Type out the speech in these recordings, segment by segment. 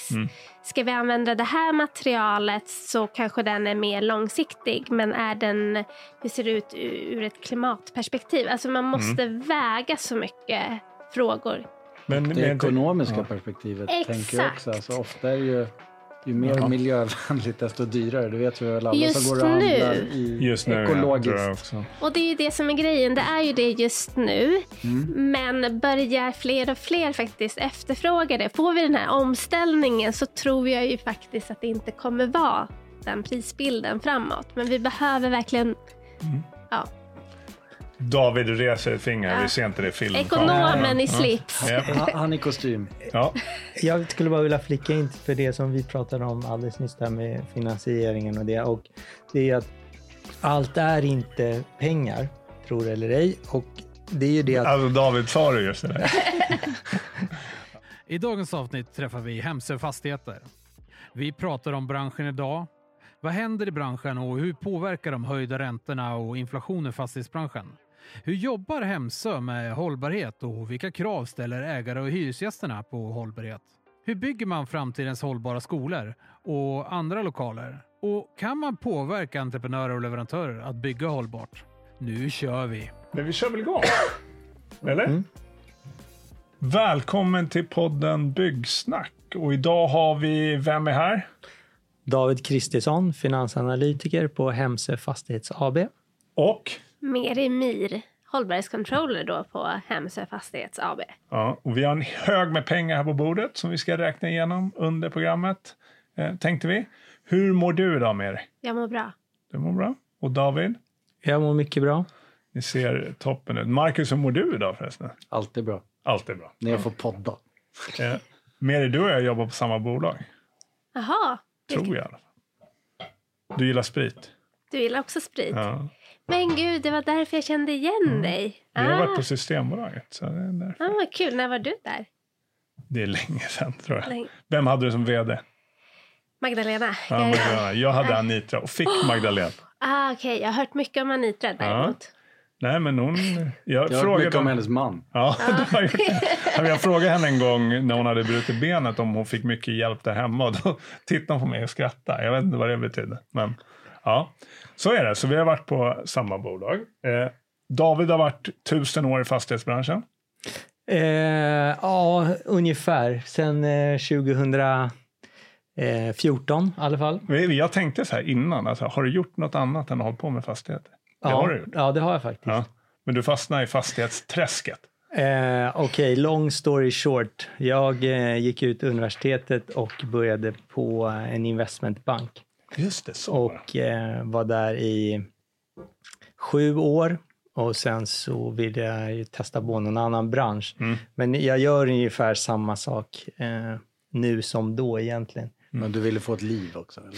tillväxt. Ska vi använda det här materialet så kanske den är mer långsiktig. Men hur ser det ut ur ett klimatperspektiv? Alltså man måste väga så mycket frågor. Men det ekonomiska perspektivet tänker jag också. Alltså, ofta är det ju mer miljövänligt desto dyrare. Det vet vi väl alla som går och handlar i ekologiskt. Och det är ju det som är grejen. Det är ju det just nu. Men börjar fler och fler faktiskt efterfråga det. Får vi den här omställningen så tror jag ju faktiskt att det inte kommer vara den prisbilden framåt. Men vi behöver verkligen... Ja. David reser ett finger, vi ser inte det i filmen. Ekonomen i slips. Han i kostym. Ja. Jag skulle bara vilja flicka in för det som vi pratade om alldeles nyss där med finansieringen och det. Och det är att allt är inte pengar, tror eller ej. Och det är ju det att... Alltså David sa du just det där. I dagens avsnitt träffar vi Hemsö Fastigheter. Vi pratar om branschen idag. Vad händer i branschen och hur påverkar de höjda räntorna och inflationen fastighetsbranschen? Hur jobbar Hemsö med hållbarhet och vilka krav ställer ägare och hyresgästerna på hållbarhet? Hur bygger man framtidens hållbara skolor och andra lokaler? Och kan man påverka entreprenörer och leverantörer att bygga hållbart? Nu kör vi! Men vi kör väl igång? Eller? Välkommen till podden Byggsnack. Och idag har vi, vem är här? David Kristinsson, finansanalytiker på Hemsö Fastighets AB. Och? Meri Mir, hållbarhetscontroller då på Hemsö Fastighets AB. Ja, och vi har en hög med pengar här på bordet som vi ska räkna igenom under programmet, tänkte vi. Hur mår du idag, Meri? Jag mår bra. Du mår bra. Och David? Jag mår mycket bra. Ni ser toppen ut. Marcus, hur mår du idag förresten? Alltid bra. Alltid bra. När jag får podda. Meri, du och jag jobbar på samma bolag. Jaha. Tror jag i alla fall. Du gillar sprit. Du gillar också sprit. Ja. Men gud, det var därför jag kände igen dig. Vi har varit på Systembolaget. Så det är därför. Vad kul. När var du där? Det är länge sedan, tror jag. Vem hade du som vd? Magdalena. Ja, Magdalena. Jag hade Anitra och fick Magdalena. Okej. Jag har hört mycket om Anitra däremot. Nej, men hon... Jag frågade mycket om hennes man. Ja, jag frågade henne en gång när hon hade brutit benet om hon fick mycket hjälp där hemma. Och då tittade hon på mig och skrattade. Jag vet inte vad det betyder. Men ja, så är det. Så vi har varit på samma bolag. David har varit 1000 år i fastighetsbranschen. Ja, ungefär. Sen 2014 i alla fall. Jag tänkte så här innan. Alltså, har du gjort något annat än att hålla på med fastigheter? Det har du gjort. Ja, det har jag faktiskt. Ja. Men du fastnade i fastighetsträsket. Okej, long story short. Jag gick ut universitetet och började på en investmentbank. Just det, så. Och var där i 7 år. Och sen så ville jag ju testa på någon annan bransch. Men jag gör ungefär samma sak nu som då egentligen. Men du ville få ett liv också, eller?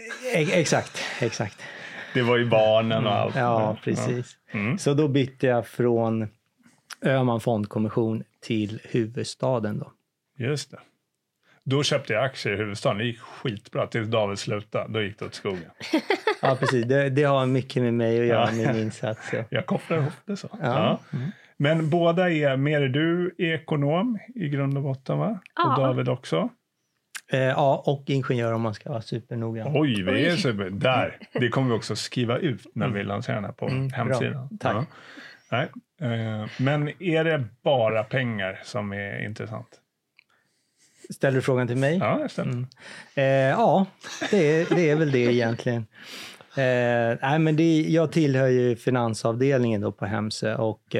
Exakt. Det var ju barnen och allt. Ja, precis. Så då bytte jag från Öhman Fondkommission till huvudstaden då. Just det. Då köpte jag aktier i huvudstaden. Det gick skitbra tills David slutade. Då gick det åt skogen. Ja, precis. Det har mycket med mig att göra med min insats. Ja. Jag kopplar ihop det så. Ja. Men båda är, Meri, du är ekonom i grund och botten, va? Ja. Och David också? Ja, och ingenjör om man ska vara supernoga. Oj, vi är super. Där. Det kommer vi också skriva ut när vi lanserar den här på hemsidan. Bra. Tack. Ja. Nej. Men är det bara pengar som är intressant? Ställer du frågan till mig? Ja, jag ställer. Ja, det är väl det egentligen. Nej, men jag tillhör ju finansavdelningen då på Hemsö och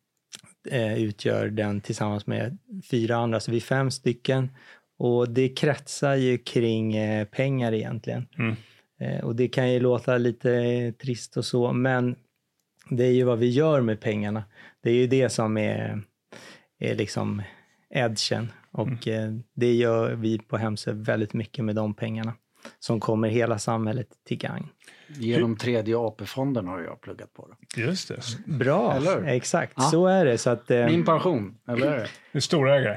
utgör den tillsammans med 4 andra, så vi är 5 stycken. Och det kretsar ju kring pengar egentligen. Och det kan ju låta lite trist och så, men det är ju vad vi gör med pengarna. Det är ju det som är liksom edgen. Och det gör vi på Hemsö väldigt mycket med de pengarna som kommer hela samhället till gang. Genom 3:e AP-fonden har jag pluggat på det. Just det. Bra, exakt. Ja. Så är det. Så att, min pension, eller? Hur stora ägare?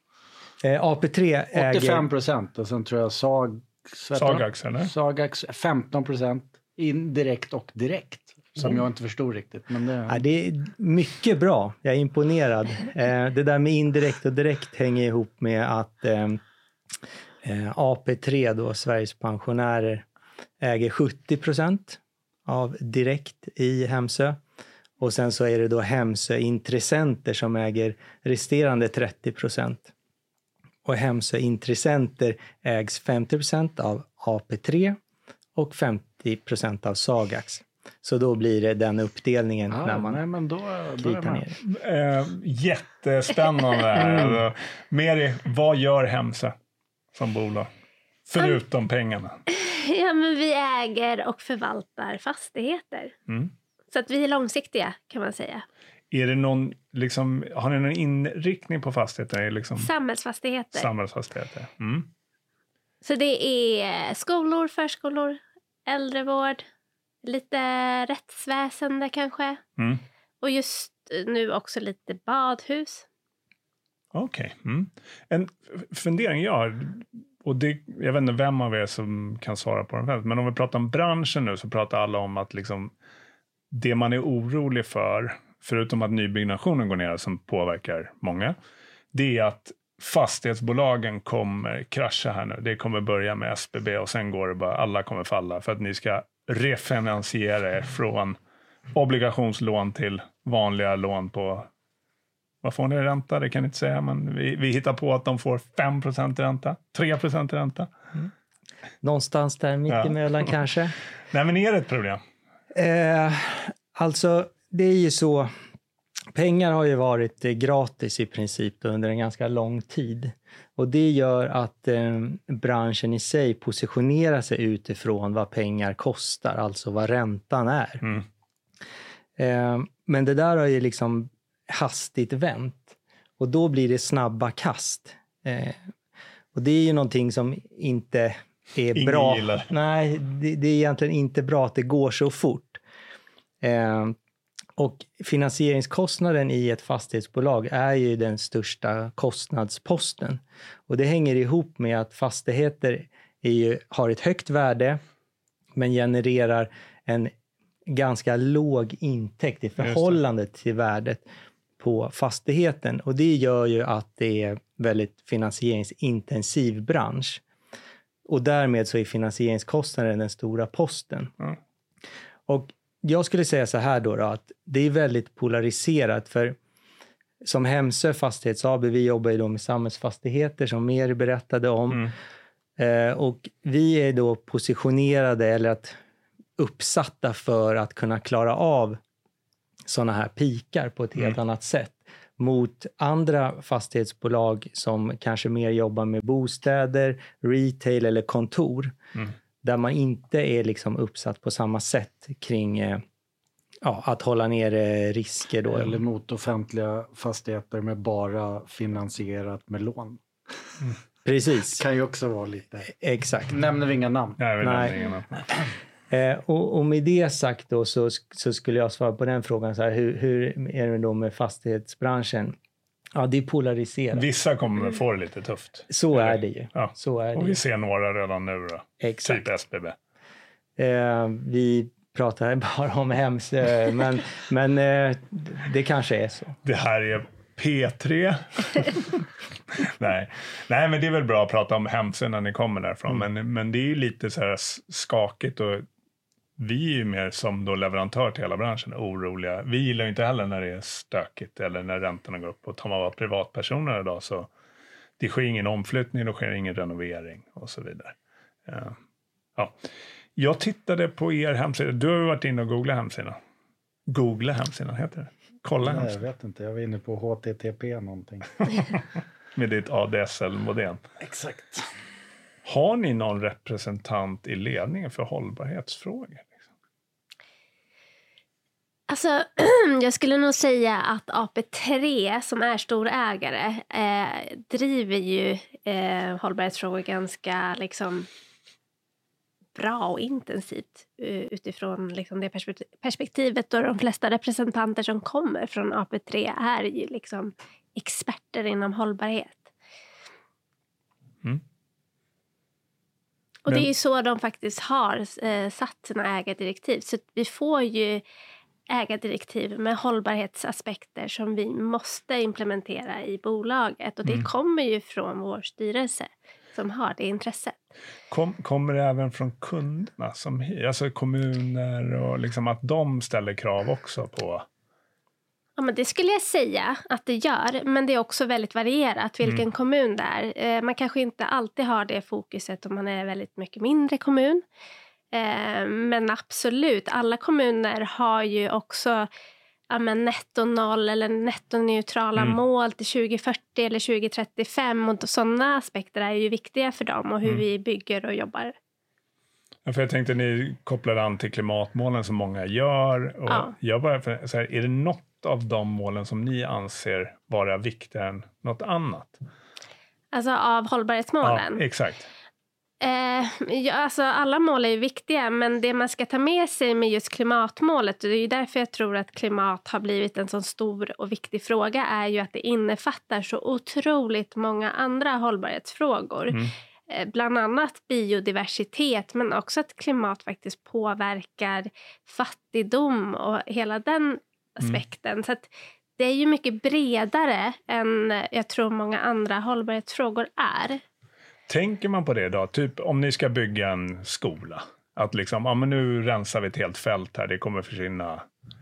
AP3 äger... 85% och sen tror jag Sagax, eller? Sagax 15% indirekt och direkt. Som jag inte förstod riktigt. Men det... Ja, det är mycket bra. Jag är imponerad. Det där med indirekt och direkt hänger ihop med att AP3 då, Sveriges pensionärer, äger 70% av direkt i Hemsö. Och sen så är det då Hemsö-intressenter som äger resterande 30%. Och Hemsö-intressenter ägs 50% av AP3 och 50% av Sagax. Så då blir det den uppdelningen när man kritar ner. Jättespännande. Meri, vad gör Hemsö som bolag? Förutom pengarna. Ja, men vi äger och förvaltar fastigheter. Så att vi är långsiktiga, kan man säga. Är det någon, liksom, har ni någon inriktning på fastigheter? Liksom... Samhällsfastigheter. Samhällsfastigheter. Så det är skolor, förskolor, äldrevård, lite rättsväsende kanske. Och just nu också lite badhus. Okej. En fundering jag har, och jag vet inte vem av er som kan svara på den, men om vi pratar om branschen nu så pratar alla om att liksom, det man är orolig för, förutom att nybyggnationen går ner som påverkar många, det är att fastighetsbolagen kommer krascha här nu. Det kommer börja med SBB och sen går det bara, alla kommer falla för att ni ska refinansiera er från obligationslån till vanliga lån på, vad får ni ränta? Det kan ni inte säga, men vi hittar på att de får 5% ränta, 3% ränta. Någonstans där mittemellan kanske. Nej, men är det ett problem? Alltså, det är ju så, pengar har ju varit gratis i princip under en ganska lång tid. Och det gör att branschen i sig positionerar sig utifrån vad pengar kostar, alltså vad räntan är. Men det där har ju liksom hastigt vänt. Och då blir det snabba kast. Och det är ju någonting som inte är bra. Gillar. Nej, det är egentligen inte bra att det går så fort. Och finansieringskostnaden i ett fastighetsbolag är ju den största kostnadsposten. Och det hänger ihop med att fastigheter har ett högt värde men genererar en ganska låg intäkt i förhållande till värdet på fastigheten. Och det gör ju att det är väldigt finansieringsintensiv bransch. Och därmed så är finansieringskostnaden den stora posten. Och jag skulle säga så här då att det är väldigt polariserat, för som Hemsö Fastighets AB, vi jobbar ju då med samhällsfastigheter som Meri berättade om. Och vi är då positionerade eller uppsatta för att kunna klara av sådana här pikar på ett helt annat sätt. Mot andra fastighetsbolag som kanske mer jobbar med bostäder, retail eller kontor. Där man inte är liksom uppsatt på samma sätt kring att hålla ner risker. Då. Eller mot offentliga fastigheter med bara finansierat med lån. Precis. Kan ju också vara lite... Exakt. Nämner vi inga namn. Nej. Och med det sagt då så skulle jag svara på den frågan så här. Hur är det då med fastighetsbranschen? Ja, det är polariserat. Vissa kommer få det lite tufft. Så är det ju. Ja. Så är det. Och vi ser några redan nu då. Exakt. Typ SBB. Vi pratar bara om Hemsö, men det kanske är så. Det här är P3. Nej, men det är väl bra att prata om Hemsö när ni kommer därifrån. Men det är ju lite så här skakigt, och vi är ju mer som då leverantör till hela branschen oroliga. Vi gillar ju inte heller när det är stökigt eller när räntorna går upp. Och tar man vara privatpersoner idag så det sker ingen omflyttning, då sker ingen renovering och så vidare. Ja. Jag tittade på er hemsida. Du har ju varit inne och googlat hemsidan. Googla hemsidan heter det. Kolla hemsidan. Jag vet inte, jag var inne på HTTP någonting. Med ditt ADSL-modem. Exakt. Har ni någon representant i ledningen för hållbarhetsfrågor? Liksom? Alltså, jag skulle nog säga att AP3 som är storägare driver ju hållbarhetsfrågor ganska liksom bra och intensivt utifrån liksom det perspektivet, då de flesta representanter som kommer från AP3 är ju liksom experter inom hållbarhet. Och det är ju så de faktiskt har satt sina ägardirektiv. Så vi får ju ägardirektiv med hållbarhetsaspekter som vi måste implementera i bolaget. Och det kommer ju från vår styrelse. som har det intresset. Kommer det även från kunderna, alltså kommuner och liksom att de ställer krav också på? Ja, men det skulle jag säga att det gör, men det är också väldigt varierat vilken kommun det är. Man kanske inte alltid har det fokuset om man är väldigt mycket mindre kommun. Men absolut, alla kommuner har ju också netto noll eller nettoneutrala mål till 2040 eller 2035 och sådana aspekter är ju viktiga för dem och hur vi bygger och jobbar. Ja, för jag tänkte ni kopplade an till klimatmålen som många gör. Och jag bara, så här, är det något av de målen som ni anser vara viktigare än något annat? Alltså av hållbarhetsmålen? Ja, exakt. Alltså alla mål är ju viktiga, men det man ska ta med sig med just klimatmålet, och det är ju därför jag tror att klimat har blivit en så stor och viktig fråga, är ju att det innefattar så otroligt många andra hållbarhetsfrågor. Bland annat biodiversitet, men också att klimat faktiskt påverkar fattigdom och hela den aspekten. Så att det är ju mycket bredare än jag tror många andra hållbarhetsfrågor är. Tänker man på det då? Typ om ni ska bygga en skola. Att liksom, men nu rensar vi ett helt fält här. Det kommer försvinna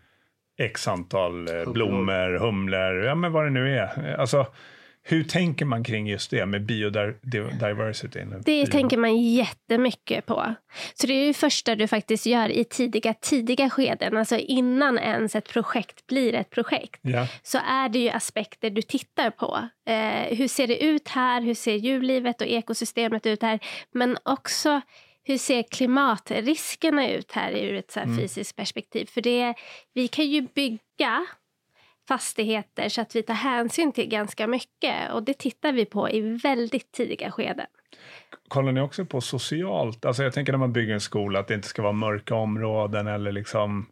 x antal blommor, humlor, men vad det nu är. Alltså, hur tänker man kring just det med biodiversity? Det tänker man jättemycket på. Så det är ju första du faktiskt gör i tidiga skeden. Alltså innan ens ett projekt blir ett projekt. Ja. Så är det ju aspekter du tittar på. Hur ser det ut här? Hur ser djurlivet och ekosystemet ut här? Men också hur ser klimatriskerna ut här ur ett så här fysiskt perspektiv? För vi kan ju bygga fastigheter så att vi tar hänsyn till ganska mycket, och det tittar vi på i väldigt tidiga skeden. Kollar ni också på socialt? Alltså jag tänker när man bygger en skola att det inte ska vara mörka områden eller liksom,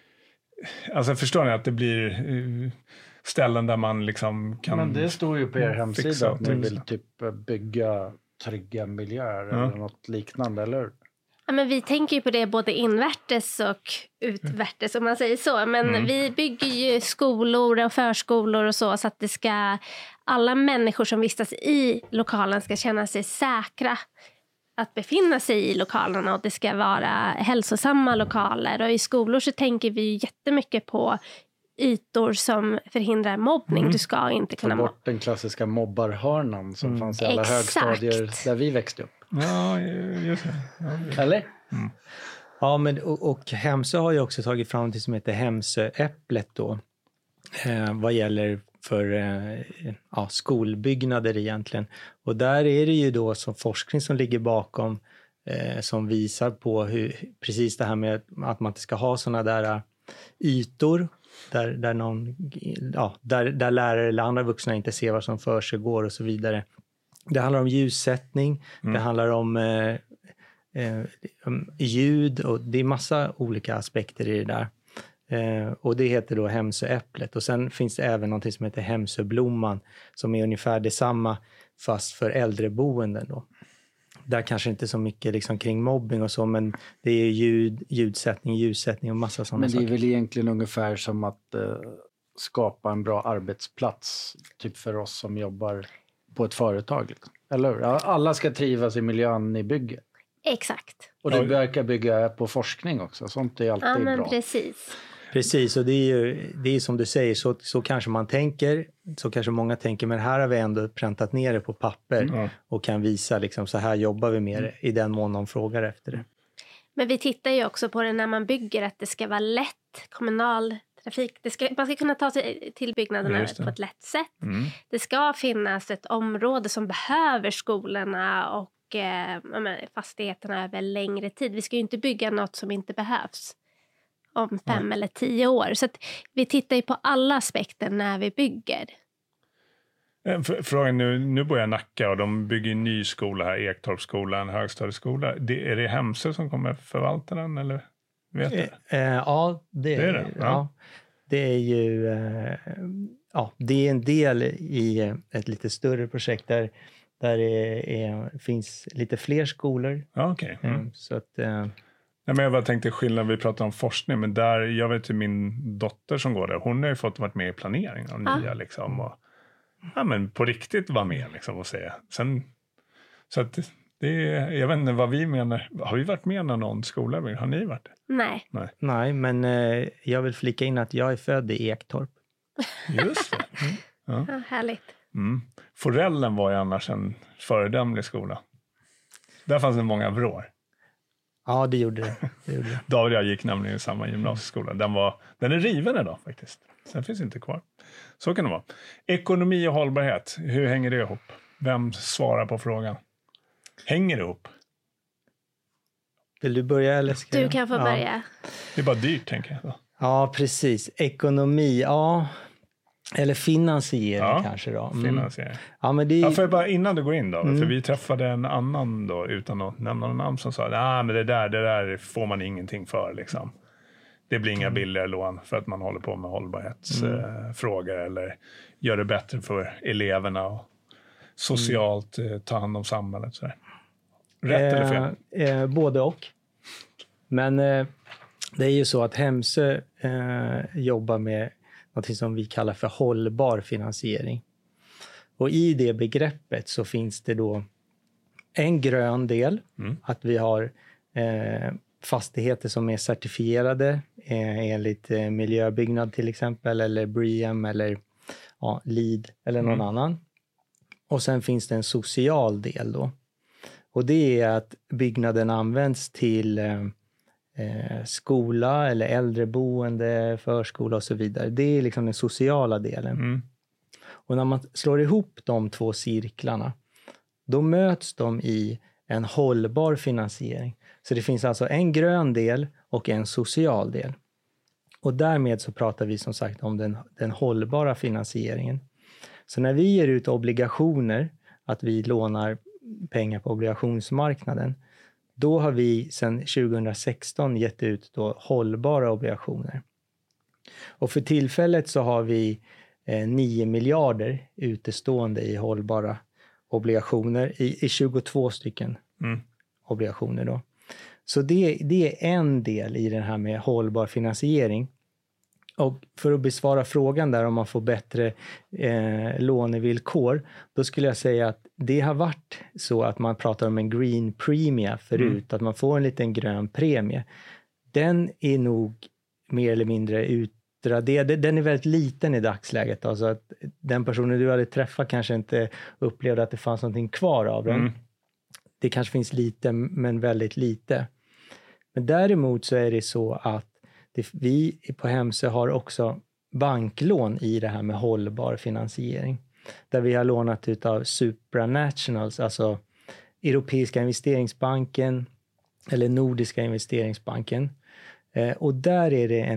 alltså förstår ni att det blir ställen där man liksom kan. Men det står ju på er hemsida att ni vill typ bygga trygga miljöer eller något liknande, eller? Ja, men vi tänker ju på det både invärtes och utvärtes, om man säger så. Men vi bygger ju skolor och förskolor och så att alla människor som vistas i lokalen ska känna sig säkra att befinna sig i lokalerna, och det ska vara hälsosamma lokaler. Och i skolor så tänker vi jättemycket på ytor som förhindrar mobbning. Du ska inte kunna ta bort den klassiska mobbarhörnan som fanns i alla högstadier där vi växte upp. Ja, just det. Ja, eller? Ja, men och Hemsö har ju också tagit fram det som heter Hemsöäpplet då. Vad gäller för skolbyggnader egentligen. Och där är det ju då som forskning som ligger bakom som visar på hur precis det här med att man inte ska ha såna där ytor där lärare eller andra vuxna inte ser vad som för sig går och så vidare. Det handlar om ljussättning, det handlar om ljud, och det är massa olika aspekter i det där. Och det heter då Hemsöäpplet. Och sen finns det även något som heter Hemsöblomman som är ungefär detsamma fast för äldreboenden då. Där kanske inte så mycket liksom kring mobbing och så, men det är ljussättning och massa sådana saker. Men det är väl egentligen ungefär som att skapa en bra arbetsplats typ för oss som jobbar på ett företag. Liksom. Eller hur? Alla ska trivas i miljön ni bygger. Exakt. Och du verkar bygga på forskning också. Sånt är alltid bra. Precis, och det är som du säger, så kanske man tänker, så kanske många tänker, men här har vi ändå präntat ner det på papper och kan visa liksom, så här jobbar vi med det i den mån de frågar efter det. Men vi tittar ju också på det när man bygger, att det ska vara lätt kommunal trafik. Man ska kunna ta sig till byggnaderna på ett lätt sätt. Det ska finnas ett område som behöver skolorna och fastigheterna över längre tid. Vi ska ju inte bygga något som inte behövs om 5 eller 10 år. Så att vi tittar ju på alla aspekter när vi bygger. Frågan nu bor jag i Nacka och de bygger en ny skola här, Ektorpsskolan, högstadieskola. Är det Hemsö som kommer förvalta den, eller vet du? Ja, det är det. Ja. Det är ju det är en del i ett lite större projekt där det finns lite fler skolor. Ja, okej. Så att Nej, men jag bara tänkte skillnad, vi pratar om forskning, men där, jag vet ju min dotter som går där, hon har ju fått varit med i planeringen av nya liksom, och men på riktigt vara med liksom och säga. Sen Så att jag vet inte vad vi menar. Har vi varit med någon skola? Har ni varit det? Nej, men jag vill flika in att jag är född i Ektorp. Just det. Ja, härligt. Forellen var ju annars en föredömlig skola. Där fanns det många vrår. Ja, det gjorde det. David och jag gick nämligen i samma gymnasieskola. Den är riven idag faktiskt. Sen finns inte kvar. Så kan det vara. Ekonomi och hållbarhet. Hur hänger det ihop? Vem svarar på frågan? Hänger det ihop? Vill du börja eller ska du kan få börja. Det är bara dyrt, tänker jag. Då. Ja, precis. Ekonomi, ja. Eller finansiering kanske då. Finansiering. Ja, men det... för bara innan du går in då. För vi träffade en annan då, utan att nämna någon namn, som sa men det där får man ingenting för liksom. Det blir inga billigare lån för att man håller på med hållbarhetsfrågor eller gör det bättre för eleverna och socialt ta hand om samhället. Så där. Rätt eller fel? Både och. Men det är ju så att Hemsö jobbar med något som vi kallar för hållbar finansiering. Och i det begreppet så finns det då en grön del. Att vi har fastigheter som är certifierade enligt miljöbyggnad till exempel. Eller BREEAM eller LEED eller någon annan. Och sen finns det en social del då. Och det är att byggnaden används till skola eller äldreboende, förskola och så vidare. Det är liksom den sociala delen. Och när man slår ihop de två cirklarna, då möts de i en hållbar finansiering. Så det finns alltså en grön del och en social del. Och därmed så pratar vi som sagt om den hållbara finansieringen. Så när vi ger ut obligationer, att vi lånar pengar på obligationsmarknaden, då har vi sedan 2016 gett ut då hållbara obligationer. Och för tillfället så har vi 9 miljarder utestående i hållbara obligationer i 22 stycken obligationer då. Så det är en del i den här med hållbar finansiering. Och för att besvara frågan där om man får bättre lånevillkor, då skulle jag säga att det har varit så att man pratar om en green premia förut, att man får en liten grön premie. Den är nog mer eller mindre utraderad. Den är väldigt liten i dagsläget. Alltså att den personen du hade träffat kanske inte upplevde att det fanns någonting kvar av den. Det kanske finns lite, men väldigt lite. Men däremot så är det så att vi på Hemsö har också banklån i det här med hållbar finansiering. Där vi har lånat ut av supranationals, alltså Europeiska investeringsbanken eller Nordiska investeringsbanken. Och där är det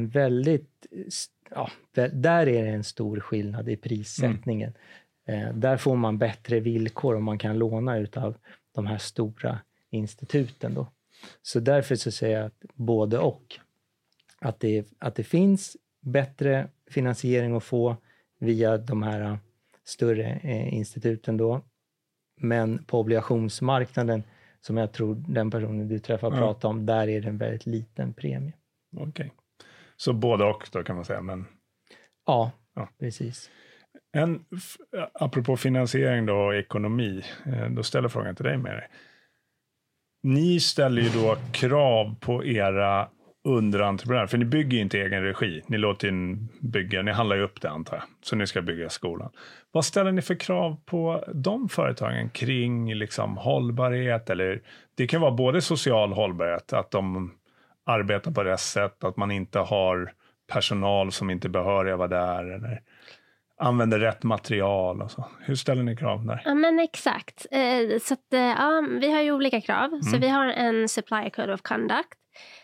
där är det en stor skillnad i prissättningen. Där får man bättre villkor om man kan låna ut av de här stora instituten då. Så därför så säger jag att både och. Att det finns bättre finansiering att få via de här större instituten då. Men på obligationsmarknaden, som jag tror den personen du träffar pratar om, där är det en väldigt liten premie. Okej. Så både och då kan man säga. Men... Ja, precis. Apropå finansiering då och ekonomi, då ställer frågan till dig med det. Ni ställer ju då krav på era underentreprenörer, för ni bygger ju inte egen regi. Ni låter ju bygga, ni handlar ju upp det antar jag, så ni ska bygga skolan. Vad ställer ni för krav på de företagen kring liksom hållbarhet? Eller det kan vara både social hållbarhet, att de arbetar på rätt sätt, att man inte har personal som inte behöver vara där, eller använder rätt material och så. Hur ställer ni krav där? Ja, men exakt. Så att, vi har ju olika krav. Så vi har en Supplier Code of Conduct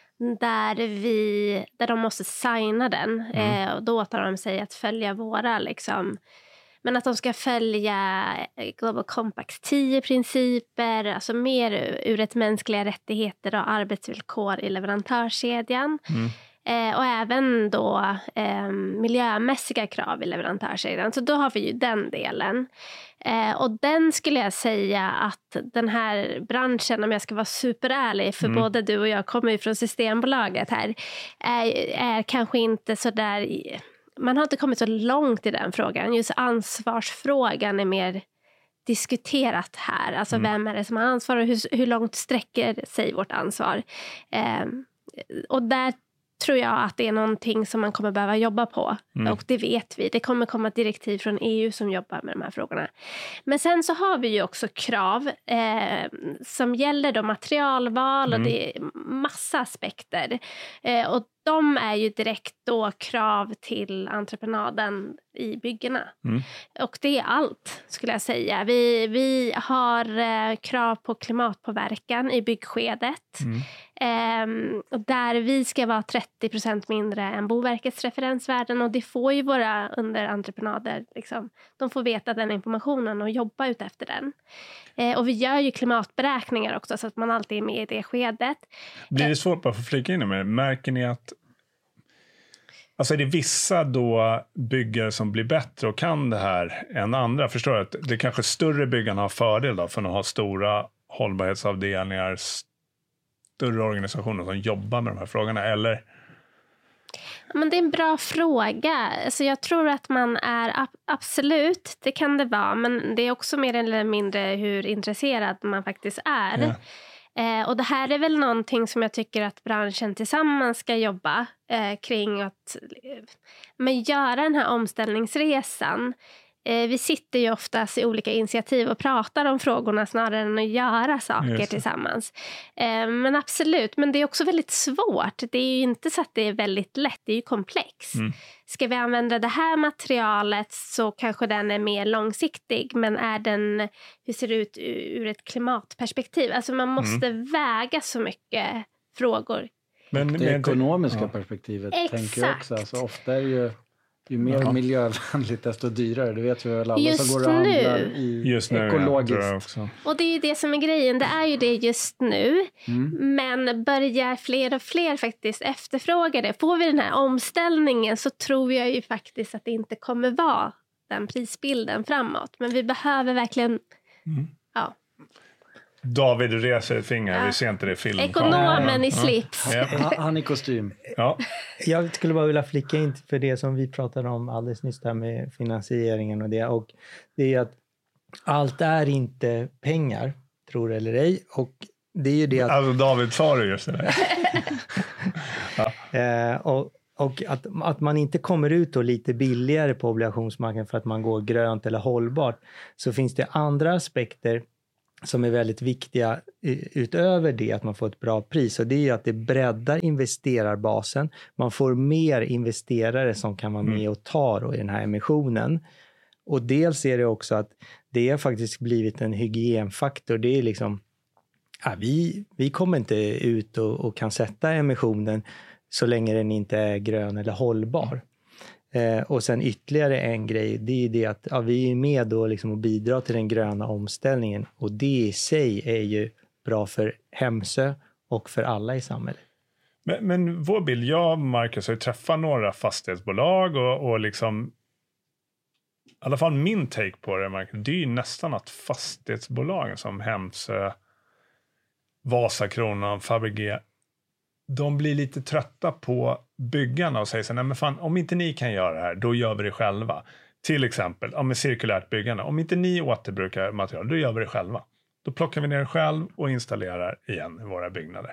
där de måste signa den. Och då åtar de sig att följa våra liksom. Men att de ska följa Global Compacts 10 principer, alltså mer ur ett mänskliga rättigheter och arbetsvillkor i leverantörskedjan. Och även då miljömässiga krav i leverantörskedjan. Så då har vi ju den delen. Och den skulle jag säga att den här branschen, om jag ska vara superärlig, för både du och jag kommer ju från Systembolaget här, är kanske inte så där... Man har inte kommit så långt i den frågan. Just ansvarsfrågan är mer diskuterat här. Alltså vem är det som har ansvar och hur långt sträcker sig vårt ansvar. Och där tror jag att det är någonting som man kommer behöva jobba på. Och det vet vi. Det kommer komma ett direktiv från EU som jobbar med de här frågorna. Men sen så har vi ju också krav som gäller då materialval och det är massa aspekter. Och de är ju direkt då krav till entreprenaden i byggena. Och det är allt, skulle jag säga. Vi har krav på klimatpåverkan i byggskedet. Och där vi ska vara 30% mindre än Boverkets referensvärden. Och det får ju våra underentreprenader. Liksom, de får veta den informationen och jobba ut efter den. Och vi gör ju klimatberäkningar också så att man alltid är med i det skedet. Blir det svårt bara för att flika in med? Märker ni att alltså är det vissa då byggare som blir bättre och kan det här än andra? Förstår du att det kanske större byggarna har fördel då för att ha stora hållbarhetsavdelningar, större organisationer som jobbar med de här frågorna, eller? Men det är en bra fråga. Alltså jag tror att man är absolut, det kan det vara, men det är också mer eller mindre hur intresserad man faktiskt är. Ja. Och det här är väl någonting som jag tycker att branschen tillsammans ska jobba kring att göra den här omställningsresan. Vi sitter ju oftast i olika initiativ och pratar om frågorna snarare än att göra saker tillsammans. Men absolut, men det är också väldigt svårt. Det är ju inte så att det är väldigt lätt, det är ju komplext. Ska vi använda det här materialet så kanske den är mer långsiktig, men hur ser det ut ur ett klimatperspektiv? Alltså man måste väga så mycket frågor. Men det ekonomiska perspektivet tänker jag också. Alltså ofta är ju mer miljövänligt desto dyrare. Du vet ju väl alla som går och handlar i ekologiskt. Och det är ju det som är grejen. Det är ju det just nu. Men börjar fler och fler faktiskt efterfråga det. Får vi den här omställningen så tror jag ju faktiskt att det inte kommer vara den prisbilden framåt. Men vi behöver verkligen... Ja. David reser ett finger, vi ser inte det i filmen. Ekonomen i slips. Han i kostym. Ja. Jag skulle bara vilja flicka in för det som vi pratade om alldeles nyss där med finansieringen och det. Och det är att allt är inte pengar, tror eller ej. Och det är ju det att... Alltså David sa det just det där. Och att man inte kommer ut då lite billigare på obligationsmarknaden för att man går grönt eller hållbart, så finns det andra aspekter som är väldigt viktiga utöver det att man får ett bra pris. Och det är ju att det breddar investerarbasen. Man får mer investerare som kan vara med och ta då i den här emissionen. Och dels är det också att det har faktiskt blivit en hygienfaktor. Det är liksom, vi kommer inte ut och kan sätta emissionen så länge den inte är grön eller hållbar. Och sen ytterligare en grej, det är ju det att vi är med då liksom och bidrar till den gröna omställningen. Och det i sig är ju bra för Hemsö och för alla i samhället. Men vår bild, jag och Marcus har ju träffat några fastighetsbolag och liksom, i alla fall min take på det, Marcus, det är ju nästan att fastighetsbolagen som Hemsö, Vasakronan, Fabege, de blir lite trötta på byggarna och säger så här, nej men fan, om inte ni kan göra det här, då gör vi det själva. Till exempel, med cirkulärt byggande. Om inte ni återbrukar material, då gör vi det själva. Då plockar vi ner det själv och installerar igen i våra byggnader.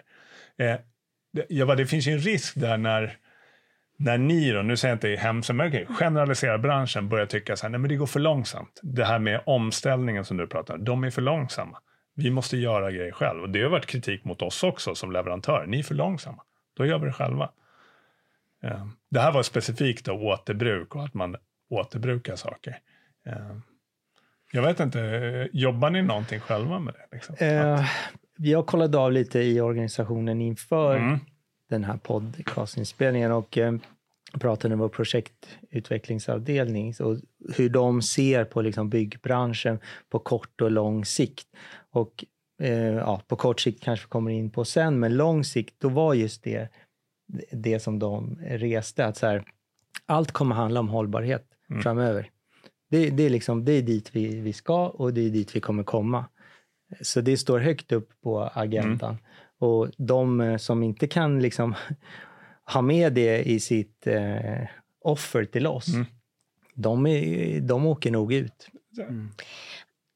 Det finns ju en risk där när ni då, nu säger jag inte Hemsö, men generaliserar branschen, börjar tycka så här, nej men det går för långsamt. Det här med omställningen som du pratar om, de är för långsamma. Vi måste göra grejer själv. Och det har varit kritik mot oss också som leverantör. Ni är för långsamma. Då gör vi det själva. Det här var specifikt då återbruk och att man återbrukar saker. Jag vet inte, jobbar ni någonting själva med det? Liksom? Jag kollade av lite i organisationen inför den här podcastinspelningen och pratade med vår projektutvecklingsavdelning och hur de ser på liksom byggbranschen på kort och lång sikt. Och på kort sikt kanske vi kommer in på sen, men lång sikt, då var just det som de reste, att så här, allt kommer handla om hållbarhet framöver. Det är dit vi ska och det är dit vi kommer komma. Så det står högt upp på agendan. Och de som inte kan liksom ha med det i sitt offer till oss, de åker nog ut.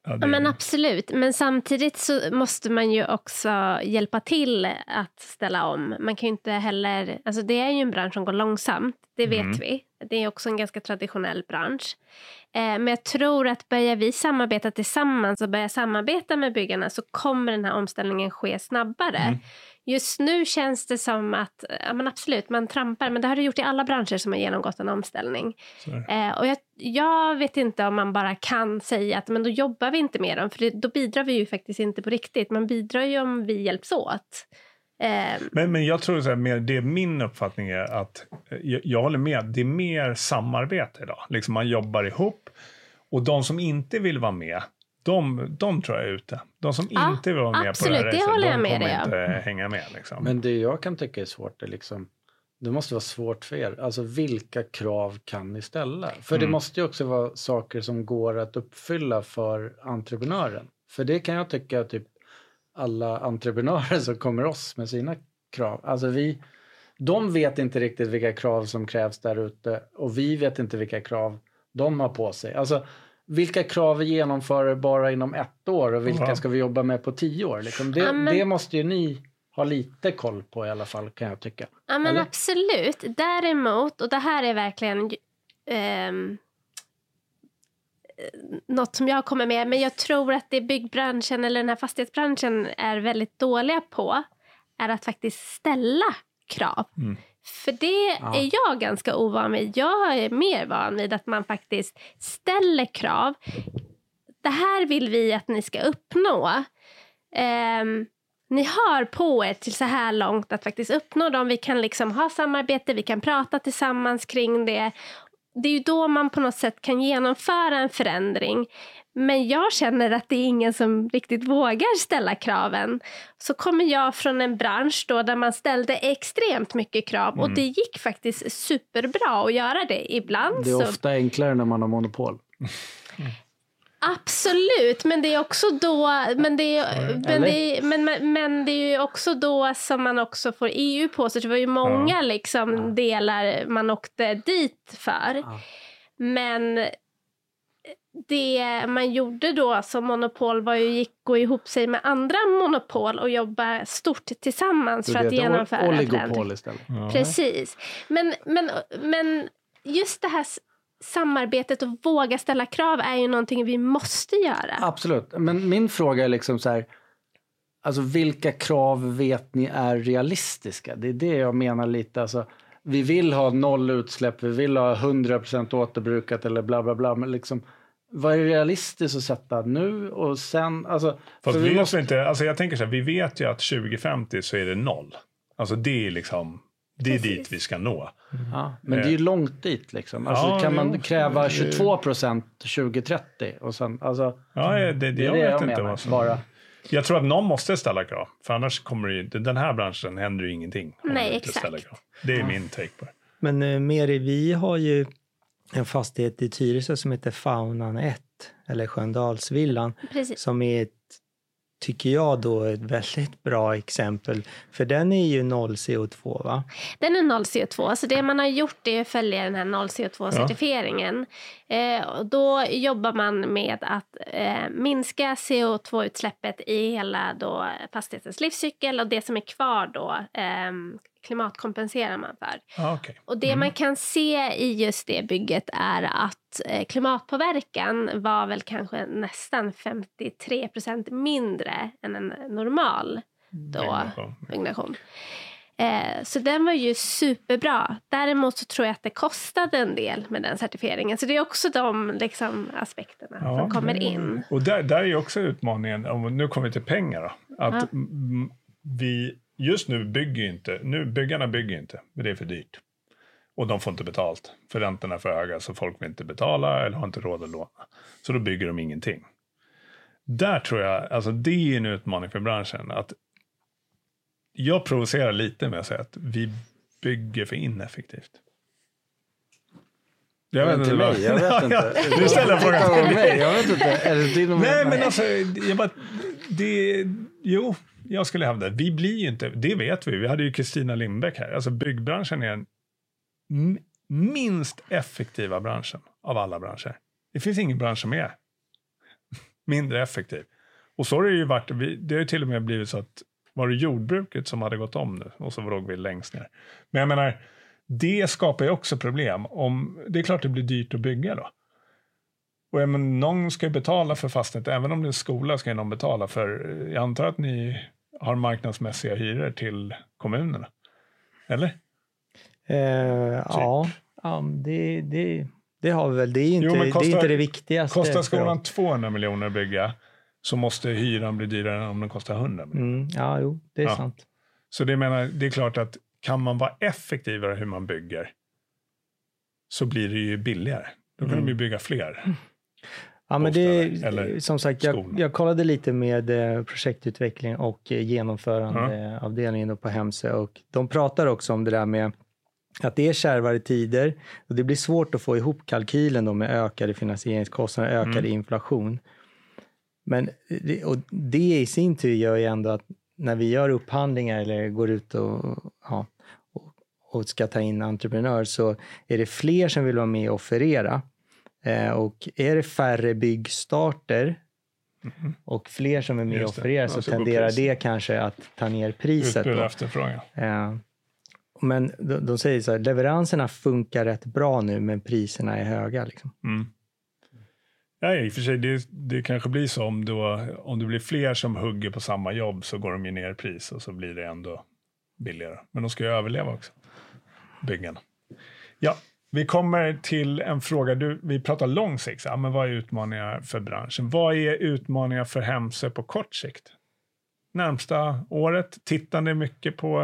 Ja, men absolut. Men samtidigt så måste man ju också hjälpa till att ställa om. Man kan ju inte heller... Alltså det är ju en bransch som går långsamt. Det vet vi. Det är också en ganska traditionell bransch. Men jag tror att börjar vi samarbeta tillsammans och börja samarbeta med byggarna så kommer den här omställningen ske snabbare. Just nu känns det som att, ja men absolut, man trampar. Men det har det gjort i alla branscher som har genomgått en omställning. Och jag vet inte om man bara kan säga att men då jobbar vi inte med dem. För då bidrar vi ju faktiskt inte på riktigt. Man bidrar ju om vi hjälps åt. Men jag tror så här, det min uppfattning är att jag håller med. Det är mer samarbete idag. Liksom man jobbar ihop. Och de som inte vill vara med, de tror jag är ute. De som inte vill vara med absolut, på det här racet, de kommer inte hänga med. Liksom. Men det jag kan tycka är svårt är liksom, det måste vara svårt för er. Alltså vilka krav kan ni ställa? För det måste ju också vara saker som går att uppfylla för entreprenören. För det kan jag tycka typ alla entreprenörer som kommer oss med sina krav. Alltså de vet inte riktigt vilka krav som krävs där ute. Och vi vet inte vilka krav de har på sig. Alltså vilka krav vi genomför bara inom 1 år och vilka ska vi jobba med på 10 år? Liksom det måste ju ni ha lite koll på i alla fall, kan jag tycka. Ja, men eller? Absolut. Däremot, och det här är verkligen något som jag kommer med, men jag tror att det byggbranschen eller den här fastighetsbranschen är väldigt dåliga på är att faktiskt ställa krav. För det är jag ganska ovan vid. Jag är mer van vid att man faktiskt ställer krav. Det här vill vi att ni ska uppnå. Ni har på er till så här långt att faktiskt uppnå dem. Vi kan liksom ha samarbete, vi kan prata tillsammans kring det. Det är ju då man på något sätt kan genomföra en förändring. Men jag känner att det är ingen som riktigt vågar ställa kraven. Så kommer jag från en bransch då där man ställde extremt mycket krav. Och det gick faktiskt superbra att göra det. Ibland det är ofta enklare när man har monopol. Absolut, men det är också då men det är ju också då som man också får EU på sig. Det var ju många liksom delar man åkte dit för. Men det man gjorde då som monopol var ju gå ihop sig med andra monopol och jobba stort tillsammans för att genomföra oligopol istället. Precis. Men just det här samarbetet och våga ställa krav är ju någonting vi måste göra. Absolut. Men min fråga är liksom så här, alltså vilka krav vet ni är realistiska? Det är det jag menar lite. Alltså, vi vill ha 0 utsläpp, vi vill ha 100% återbrukat eller bla bla bla. Men liksom, vad är realistiskt att sätta nu och sen? Alltså, fast vi måste inte, alltså jag tänker så här, vi vet ju att 2050 så är det 0. Alltså det är liksom... Det är dit vi ska nå. Ja, men det är ju långt dit liksom. Alltså kan man kräva 22% 2030 och sen alltså jag vet inte vad som bara. Jag tror att någon måste ställa krav, för annars kommer det den här branschen händer ju ingenting. Nej, exakt. Det är min take på det. Men Meri, vi har ju en fastighet i Tyresö som heter Faunan 1 eller Sköndalsvillan. Precis. Som är tycker jag då ett väldigt bra exempel. För den är ju 0 CO2, va? Den är 0 CO2. Så det man har gjort är att följa den här 0 CO2-certifieringen. Då jobbar man med att minska CO2-utsläppet i hela då fastighetens livscykel. Och det som är kvar då klimatkompenserar man för. Okay. Och det man kan se i just det bygget är att klimatpåverkan var väl kanske nästan 53% mindre än en normal byggnation. Så den var ju superbra. Däremot så tror jag att det kostade en del med den certifieringen. Så det är också de liksom, aspekterna som kommer in. Och där är ju också utmaningen, om nu kommer vi till pengar då, att vi just nu byggarna bygger inte, men det är för dyrt. Och de får inte betalt, för räntorna är för höga så folk vill inte betala eller har inte råd att låna. Så då bygger de ingenting. Där tror jag, alltså det är en utmaning för branschen, att jag provocerar lite med att säga att vi bygger för ineffektivt. Jag vet inte. Jag vet inte. Du ställer frågan till mig. Jag vet inte. Nej, men alltså, jag skulle hävda att vi blir ju inte, det vet vi. Vi hade ju Kristina Lindbäck här. Alltså byggbranschen är den minst effektiva branschen av alla branscher. Det finns ingen bransch som är mindre effektiv. Och så har det ju varit, det har ju till och med blivit så att var det jordbruket som hade gått om nu och så låg vi längst ner. Men jag menar, det skapar ju också problem. Det är klart det blir dyrt att bygga då. Och någon ska ju betala för fastigheten, även om det är en skola ska någon betala för. Jag antar att ni har marknadsmässiga hyror till kommunerna. Eller? Ja, det har vi väl. Det är inte det viktigaste. Kostar skolan 200 miljoner att bygga, så måste hyran bli dyrare än om den kostar 100 miljoner. Det är sant. Så det är klart att kan man vara effektivare hur man bygger, så blir det ju billigare. Då kan de ju bygga fler. Ja, men som sagt, jag kollade lite med projektutveckling och genomförandeavdelningen på Hemsö, och de pratar också om det där med att det är kärvare tider och det blir svårt att få ihop kalkylen då med ökade finansieringskostnader, ökad inflation. Men det i sin tur gör ju ändå att när vi gör upphandlingar eller går ut och ska ta in entreprenör, så är det fler som vill vara med och offerera. Och är det färre byggstarter och fler som är med och offererar, så tenderar det kanske att ta ner priset. Utbud och efterfrågan. Men de säger så här, leveranserna funkar rätt bra nu, men priserna är höga. Liksom. Ja, i och för sig, det kanske blir så om det blir fler som hugger på samma jobb, så går de ju ner i pris och så blir det ändå billigare. Men de ska ju överleva också, byggarna. Ja, vi kommer till en fråga. Vi pratar lång sikt. Ja, men vad är utmaningar för branschen? Vad är utmaningar för Hemsö på kort sikt? Närmsta året tittar ni mycket på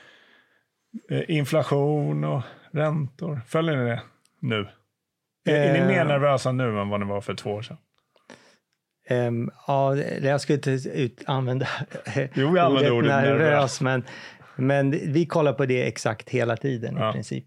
inflation och räntor. Följer ni det nu? Är ni mer nervösa nu än vad ni var för 2 år sedan? Jag skulle inte använda vi använder ordet nervös, men vi kollar på det exakt hela tiden i princip.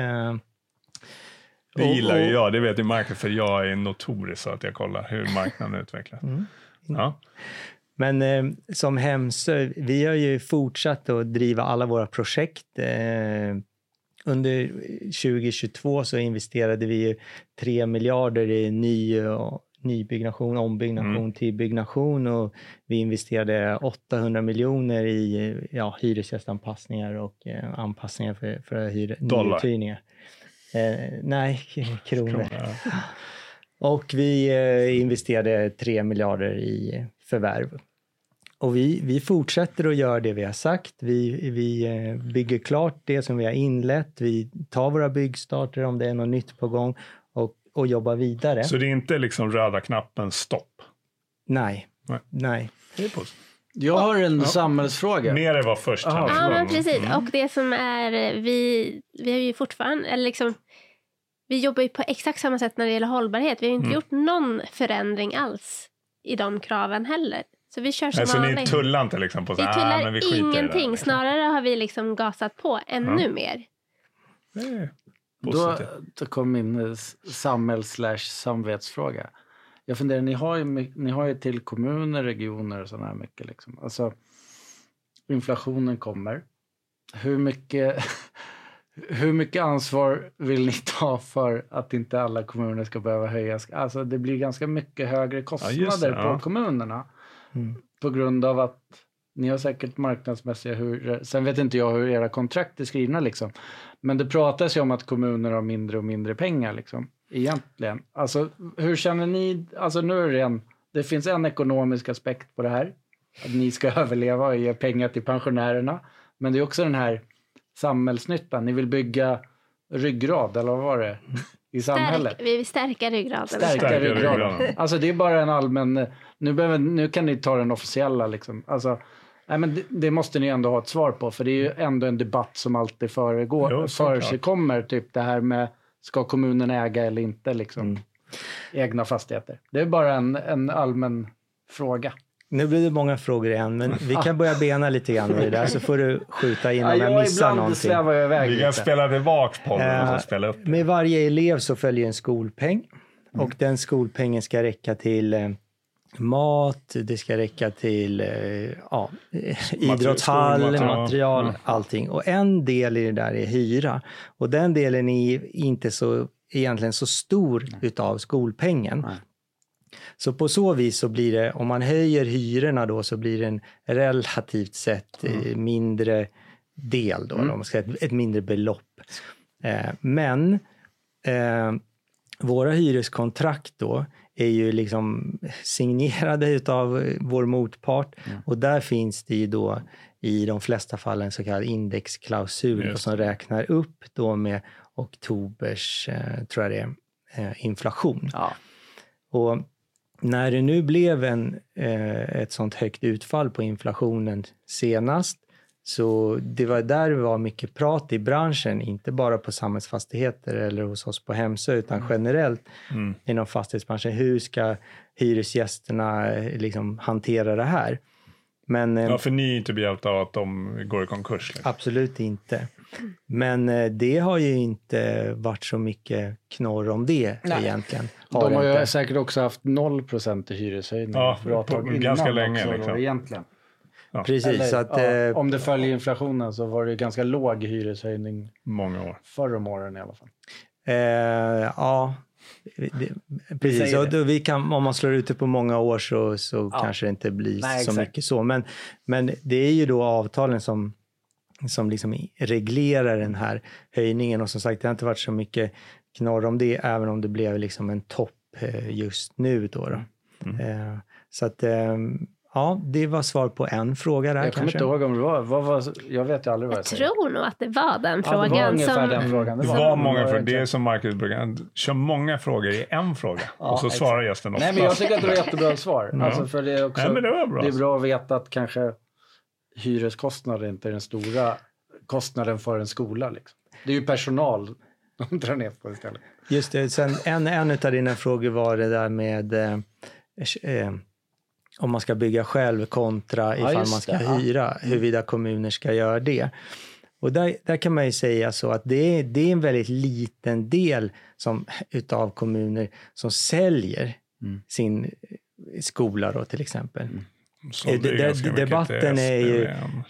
Det gillar ju jag, det vet ju marknaden, för jag är notorisk så att jag kollar hur marknaden utvecklas. Ja. Men som Hemsö, vi har ju fortsatt att driva alla våra projekt. Under 2022 så investerade vi 3 miljarder i nybyggnation, ombyggnation till byggnation, och vi investerade 800 miljoner i hyresgästanpassningar och anpassningar för nyuthyrningar. Nej, kronor. Och vi investerade 3 miljarder i förvärv. Och vi fortsätter att göra det vi har sagt. Vi bygger klart det som vi har inlett. Vi tar våra byggstarter om det är något nytt på gång och jobbar vidare. Så det är inte liksom röda knappen stopp? Nej. Det är positivt. Jag har en samhällsfråga. Mer var först. Ja, men precis. Och det som är, vi har ju fortfarande, eller liksom, vi jobbar ju på exakt samma sätt när det gäller hållbarhet. Vi har ju inte gjort någon förändring alls i de kraven heller. Så vi kör som vanligt. Så ni tullar inte liksom på så här? Vi tullar ingenting. Liksom. Snarare har vi liksom gasat på ännu mer. Det är då kom min samhälls/samvetsfråga. Jag funderar, ni har ju till kommuner, regioner och sådana här mycket. Liksom. Alltså, inflationen kommer. Hur mycket ansvar vill ni ta för att inte alla kommuner ska behöva höjas? Alltså, det blir ganska mycket högre kostnader på kommunerna. På grund av att ni har säkert marknadsmässiga sen vet inte jag hur era kontrakt är skrivna liksom. Men det pratas ju om att kommuner har mindre och mindre pengar liksom. Egentligen. Alltså hur känner ni, alltså nu är det finns en ekonomisk aspekt på det här. Att ni ska överleva och ge pengar till pensionärerna. Men det är också den här samhällsnyttan. Ni vill bygga ryggrad, eller vad var det? I samhället. Vi vill stärka ryggraden. Stärka ryggraden. Alltså det är bara en allmän, nu kan ni ta den officiella liksom. Alltså, nej men det måste ni ändå ha ett svar på, för det är ju ändå en debatt som alltid förekommer, typ det här med, ska kommunen äga eller inte liksom egna fastigheter. Det är bara en allmän fråga. Nu blir det många frågor igen, men vi kan börja bena lite grann i det där, så får du skjuta in om jag missar någonting. Vi kan spela tillbaka på det och spela upp det. Med varje elev så följer en skolpeng, och den skolpengen ska räcka till mat, det ska räcka till idrottshall, material, allting. Och en del i det där är hyra, och den delen är inte så egentligen så stor utav skolpengen. Så på så vis så blir det, om man höjer hyrorna då, så blir det en relativt sett mindre del då, om man ska säga ett mindre belopp. Men våra hyreskontrakt då är ju liksom signerade utav vår motpart, och där finns det ju då i de flesta fall en så kallad indexklausul som räknar upp då med oktobers, tror jag det är, inflation. Ja. Och när det nu blev ett sånt högt utfall på inflationen senast, så det var där det var mycket prat i branschen, inte bara på Samhällsfastigheter eller hos oss på Hemsö, utan generellt inom fastighetsbranschen. Hur ska hyresgästerna liksom hantera det här? Men, ja, för ni är inte behjälpta av att de går i konkurs. Liksom. Absolut inte. Men det har ju inte varit så mycket knorr om det egentligen. De har ju säkert också haft 0% i hyreshöjning. Ganska länge. Liksom. Egentligen. Ja. Precis. Eller, så att, om det följer inflationen så var det ganska låg hyreshöjning många år. Förr om åren i alla fall. Ja, precis. Så vi kan, om man slår ut det på många år så kanske det inte blir så mycket så. Men det är ju då avtalen som liksom reglerar den här höjningen. Och som sagt, det har inte varit så mycket knorr om det, även om det blev liksom en topp just nu då. Så att... Ja, det var svar på en fråga där. Jag kommer inte ihåg om det var jag vet ju aldrig vad jag säger. Jag tror nog att det var den frågan. Det var ungefär den frågan. Det var många frågor. Det är som Marcus brukar kör många frågor i en fråga. Och så svarar gästen oftast. Nej, men jag tycker att det var jättebra svar. Alltså, för det är också, det var bra. Det är bra att veta att kanske hyreskostnader inte är den stora kostnaden för en skola. Liksom. Det är ju personal de drar ner på istället. Just det. Sen en av dina frågor var det där med... om man ska bygga själv kontra ifall man ska hyra, huruvida kommuner ska göra det. Och där kan man ju säga så att det är en väldigt liten del utav kommuner som säljer sin skola då, till exempel. Debatten är ju...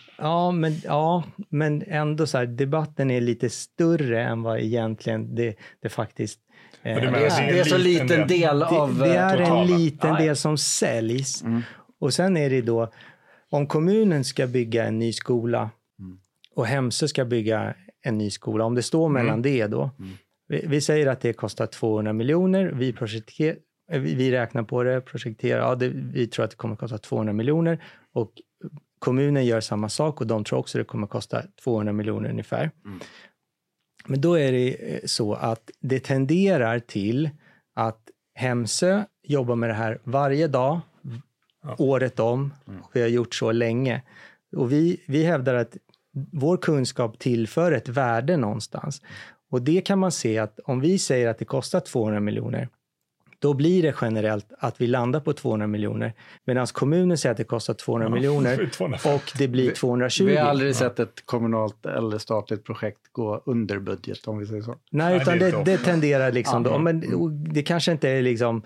men ändå så här, debatten är lite större än vad egentligen det faktiskt... Det är så liten del av det är en liten del som säljs. Och sen är det då, om kommunen ska bygga en ny skola och Hemsö ska bygga en ny skola, om det står mellan det då. Vi säger att det kostar 200 miljoner. Vi räknar på det, projekterar. Vi tror att det kommer kosta 200 miljoner. Och kommunen gör samma sak och de tror också att det kommer kosta 200 miljoner ungefär. Men då är det så att det tenderar till att Hemsö jobbar med det här varje dag, året om. Vi har gjort så länge. Och vi hävdar att vår kunskap tillför ett värde någonstans. Och det kan man se att om vi säger att det kostar 200 miljoner, då blir det generellt att vi landar på 200 miljoner. Medan kommunen säger att det kostar 200 miljoner och det blir 220. Vi har aldrig sett ett kommunalt eller statligt projekt gå under budget, om vi säger så. Nej, utan det tenderar liksom då. Men det kanske inte är liksom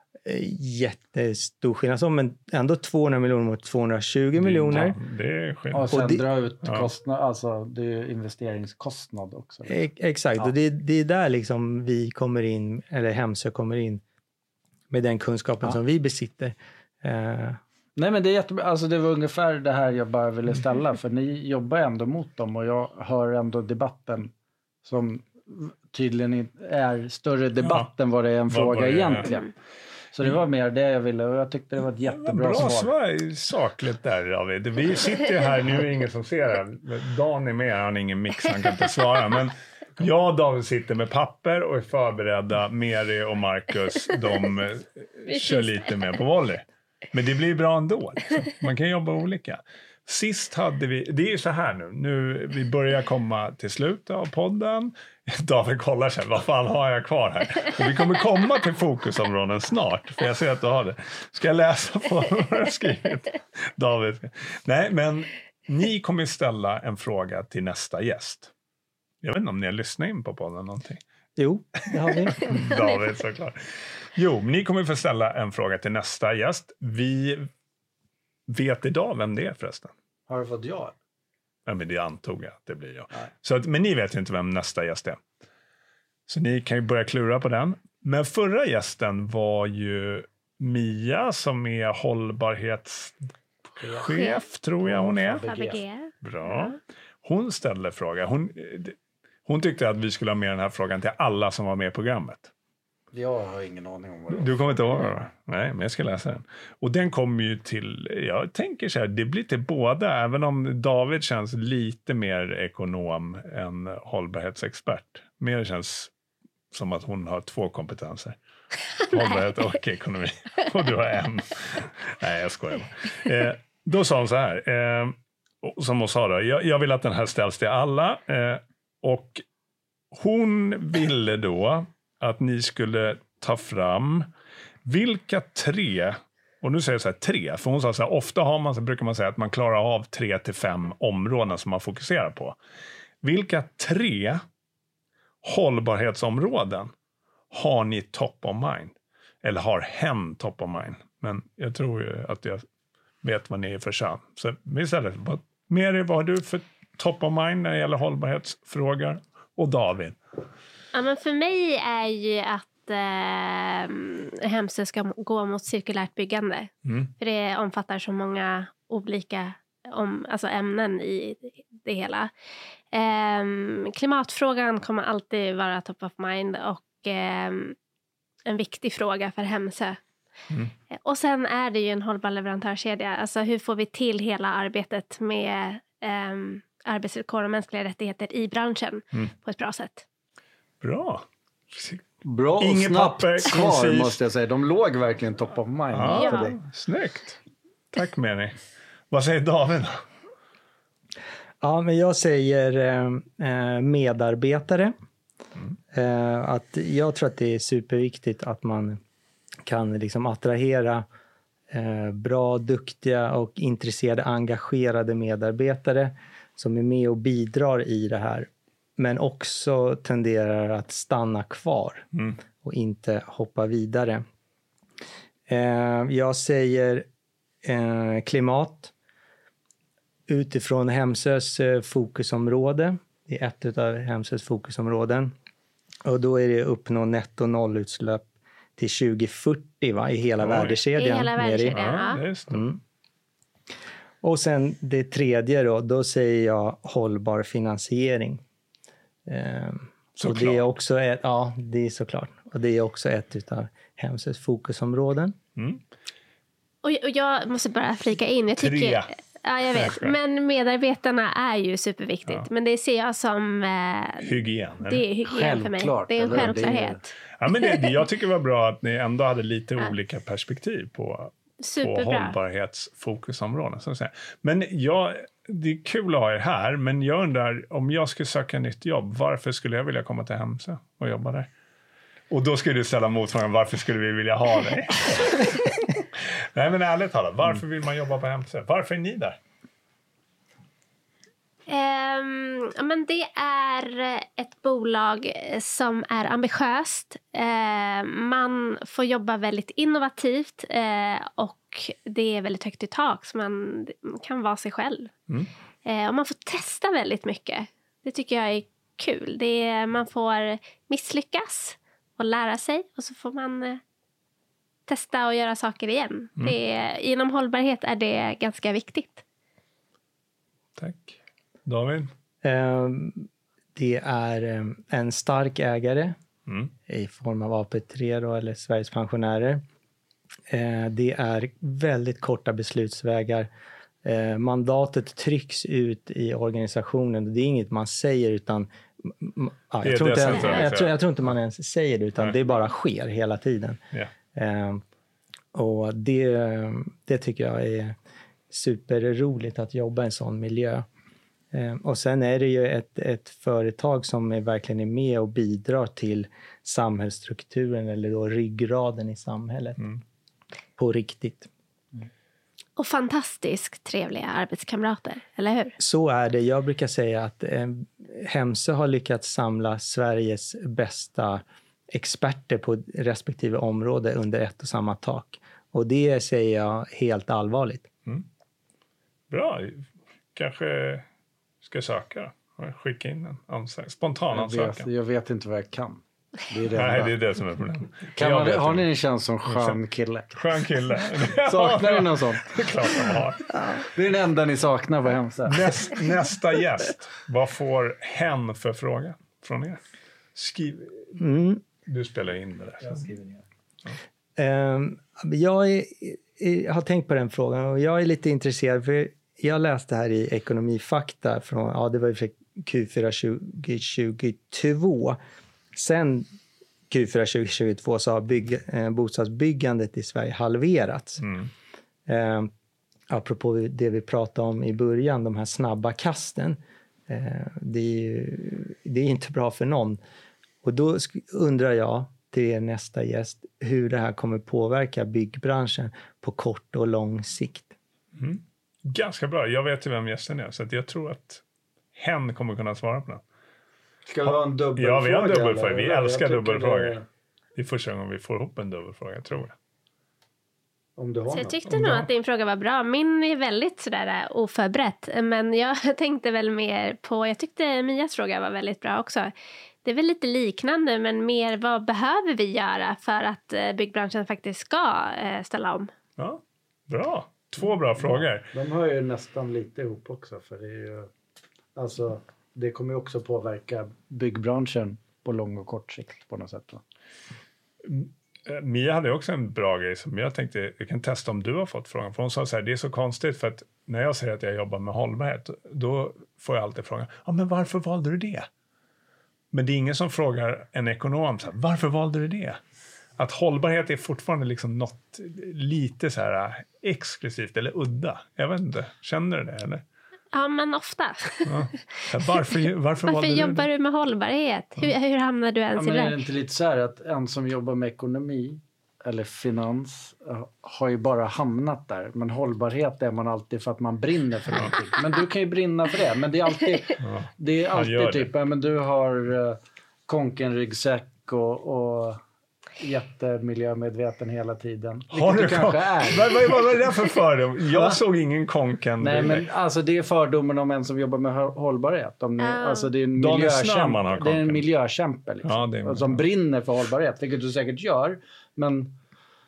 jättestor skillnad så, men ändå 200 miljoner mot 220 miljoner. Det är skillnad. Och sen dra ut kostnad, alltså det är investeringskostnad också. Exakt, och det är där liksom vi kommer in, eller Hemsö kommer in med den kunskapen som vi besitter. Nej, men det är jättebra. Alltså det var ungefär det här jag bara ville ställa, för ni jobbar ändå mot dem och jag hör ändå debatten som tydligen är större debatt än vad det är en fråga egentligen. Så det var mer det jag ville och jag tyckte det var ett jättebra svar. Sakligt där, David. Vi sitter ju här, nu är det ingen som ser det. Dan är med, han har ingen mix, han kan inte svara. Men jag och David sitter med papper och är förberedda. Mary och Marcus, de kör lite mer på volley. Men det blir bra ändå. Man kan jobba olika. Sist hade vi, det är ju så här nu vi börjar komma till slutet av podden. David kollar sig, vad fan har jag kvar här? Och vi kommer komma till fokusområden snart, för jag ser att du har det. Ska jag läsa på vad jag har skrivit? David. Nej, men ni kommer ställa en fråga till nästa gäst. Jag vet inte om ni har lyssnat in på podden någonting. Jo, det har vi. David, såklart. Jo, ni kommer få ställa en fråga till nästa gäst. Vi vet idag vem det är förresten. Har du fått ja? Ja, men det antog jag att det blir jag. Så att, men ni vet ju inte vem nästa gäst är. Så ni kan ju börja klura på den. Men förra gästen var ju Mia som är hållbarhetschef, tror jag hon är. ABG. Bra. Hon ställde frågan. Hon tyckte att vi skulle ha med den här frågan till alla som var med i programmet. Jag har ingen aning om vad det är. Du kommer inte ihåg det? Nej, men jag ska läsa den. Och den kommer ju till, jag tänker så här, det blir till båda, även om David känns lite mer ekonom än hållbarhetsexpert. Mer känns som att hon har 2 kompetenser. Hållbarhet och ekonomi. Och du har en. Nej, jag skojar. Då sa hon så här, som hon sa då, jag vill att den här ställs till alla. Och hon ville då att ni skulle ta fram vilka 3, och nu säger jag så här 3, för hon sa så här, ofta brukar man säga att man klarar av 3 till 5 områden som man fokuserar på. Vilka 3 hållbarhetsområden har ni top of mind? Eller har hen top of mind? Men jag tror ju att jag vet vad ni är för kön. Så istället, Mary, vad har du för top of mind när det gäller hållbarhetsfrågor? Och David? Ja, men för mig är ju att Hemsö ska gå mot cirkulärt byggande. För det omfattar så många olika ämnen i det hela. Klimatfrågan kommer alltid vara top of mind och en viktig fråga för Hemsö. Och sen är det ju en hållbar leverantörskedja. Alltså hur får vi till hela arbetet med arbetsvillkor och mänskliga rättigheter i branschen på ett bra sätt. Bra. Bra och Inget snabbt papper, svar koncis. måste jag säga. De låg verkligen top of mind för dig. Snyggt. Tack Mary. Vad säger David då? Ja, men jag säger medarbetare. Att jag tror att det är superviktigt att man kan liksom attrahera bra, duktiga och intresserade, engagerade medarbetare som är med och bidrar i det här. Men också tenderar att stanna kvar och inte hoppa vidare. Jag säger klimat. Utifrån Hemsös fokusområde. Det är ett av Hemsös fokusområden. Och då är det uppnå netto nollutsläpp till 2040 i hela värdekedjan. I hela värdekedjan, ja. Just det. Och sen det tredje då säger jag hållbar finansiering. Och det är också det är såklart. Och det är också ett av Hemsös fokusområden. Och jag måste bara flika in. Jag tycker, 3. Ja, jag vet. Men medarbetarna är ju superviktigt. Ja. Men det ser jag som hygien. Det är hygien för mig. Det är en självklarhet. Ja, men jag tycker det var bra att ni ändå hade lite olika perspektiv på hållbarhetsfokusområden. Så att säga. Men det är kul att ha er här. Men jag undrar, om jag skulle söka nytt jobb, varför skulle jag vilja komma till Hemsö och jobba där? Och då skulle du ställa motfrågan, varför skulle vi vilja ha dig? Nej, men ärligt talat, varför vill man jobba på Hemsö? Varför är ni där? Men det är ett bolag som är ambitiöst. Man får jobba väldigt innovativt och det är väldigt högt i tak så man kan vara sig själv. Och man får testa väldigt mycket. Det tycker jag är kul. Man får misslyckas och lära sig och så får man testa och göra saker igen. Inom hållbarhet är det ganska viktigt. Tack. David? Det är en stark ägare i form av AP3 då, eller Sveriges pensionärer. Det är väldigt korta beslutsvägar. Mandatet trycks ut i organisationen. Det är inget man säger utan jag tror inte man ens säger det utan det bara sker hela tiden. Yeah. Och det tycker jag är superroligt att jobba i en sån miljö. Och sen är det ju ett företag som verkligen är med och bidrar till samhällsstrukturen eller då ryggraden i samhället på riktigt. Och fantastiskt trevliga arbetskamrater, eller hur? Så är det. Jag brukar säga att Hemsö har lyckats samla Sveriges bästa experter på respektive område under ett och samma tak. Och det säger jag helt allvarligt. Bra. Kanske ska söka. Skicka in en spontan ansökan. Jag vet inte vad jag kan. Det är det Nej, det är det som är problemet. har ni en känsla som skön kille? Skön kille. Saknar ni någon sån? Det är klart de har. Det är den enda ni saknar på Hemsö. Nästa gäst. Vad får hen för fråga från er? Skriv. Du spelar in det där. Jag skriver ner. Jag har tänkt på den frågan och jag är lite intresserad för jag läste här i Ekonomifakta från, det var ju för Q4 2022. Sen Q4 2022 så har bostadsbyggandet i Sverige halverats. Apropå det vi pratade om i början, de här snabba kasten. Det är inte bra för någon. Och då undrar jag till nästa gäst hur det här kommer påverka byggbranschen på kort och lång sikt. Ganska bra. Jag vet ju vem gästen är så att jag tror att hen kommer kunna svara på det. Ska vi ha en dubbelfråga? Ja, vi har en dubbelfråga. Vi älskar dubbelfrågor. Det är första gången vi får ihop en dubbelfråga, tror jag. Om du har så jag tyckte nog att din fråga var bra. Min är väldigt sådär oförberett. Men jag tänkte väl mer på... Jag tyckte Mias fråga var väldigt bra också. Det är väl lite liknande, men mer vad behöver vi göra för att byggbranschen faktiskt ska ställa om? Ja, bra. 2 bra frågor. De hör ju nästan lite ihop också. För det är ju... Alltså, det kommer ju också påverka byggbranschen på lång och kort sikt på något sätt. Va? Mia hade också en bra grej som jag tänkte, jag kan testa om du har fått frågan. För hon sa så här, det är så konstigt för att när jag säger att jag jobbar med hållbarhet, då får jag alltid frågan, men varför valde du det? Men det är ingen som frågar en ekonom så här, varför valde du det? Att hållbarhet är fortfarande liksom något lite så här exklusivt eller udda. Jag vet inte, känner du det eller? Ja, men ofta. Ja. Varför jobbar du med hållbarhet? Hur hamnar du ens i det? Är det inte lite så här att en som jobbar med ekonomi eller finans har ju bara hamnat där. Men hållbarhet är man alltid för att man brinner för någonting. Men du kan ju brinna för det. Men det är alltid, det är alltid typ, men du har konkenryggsäck och jättemiljömedveten hela tiden. Har du kanske är. Vad är det för fördom? Jag såg ingen konken. Nej, men alltså det är fördomen om en som jobbar med hållbarhet. Alltså det är en miljökämpe liksom. Ja, det är som brinner för hållbarhet, vilket du säkert gör. Men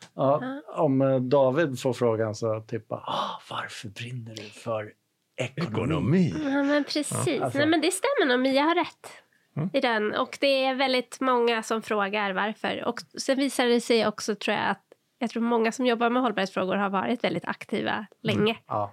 om David får frågan så typ varför brinner du för ekonomi? Ja, men precis. Nej, men det stämmer nog. Mia har rätt. I den. Och det är väldigt många som frågar varför. Och sen visar det sig också, tror jag tror många som jobbar med hållbarhetsfrågor har varit väldigt aktiva länge. Ja.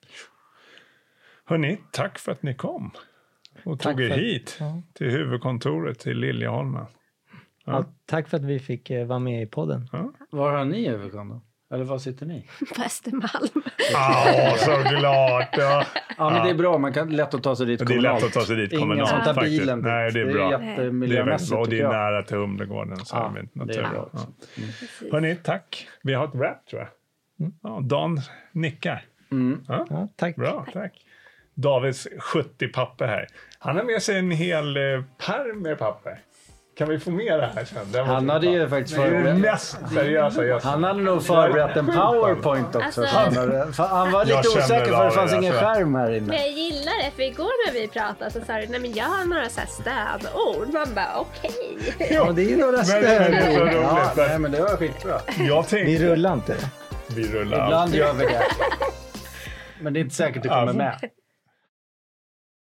Hörrni, tack för att ni kom. Och tog er hit till huvudkontoret till Liljeholmen. Ja, tack för att vi fick vara med i podden. Ja. Var har ni huvudkontor? Eller var sitter ni? På Östermalm. Så glad. Ja, men det är bra. Man kan lätt att ta sig dit kommunalt. Det är lätt att ta sig dit kommunalt. Ingen som tar bilen. Nej, det är bra. Det är jättemiljömässigt. Och det är nära till Humlegården. Så det är bra också. Hörrni, tack. Vi har ett rap, tror jag. Ja, Dan nickar. Ja, tack. Bra, tack. Davids 70 papper här. Han har med sig en hel pärm med papper. Kan vi få med det här sen? Han hade ju faktiskt förberett. Han hade nog förberett en PowerPoint också. Alltså, han var lite osäker för det fanns ingen skärm här inne. Men jag gillar det, för igår när vi pratade så sa du, nej men jag har några så här stödord. Man bara, okej. Ja, det är ju några stödord. Ja, nej, men det var skitbra. Vi rullar inte. Vi rullar. Ibland gör vi det. Men det är inte säkert att det kommer med.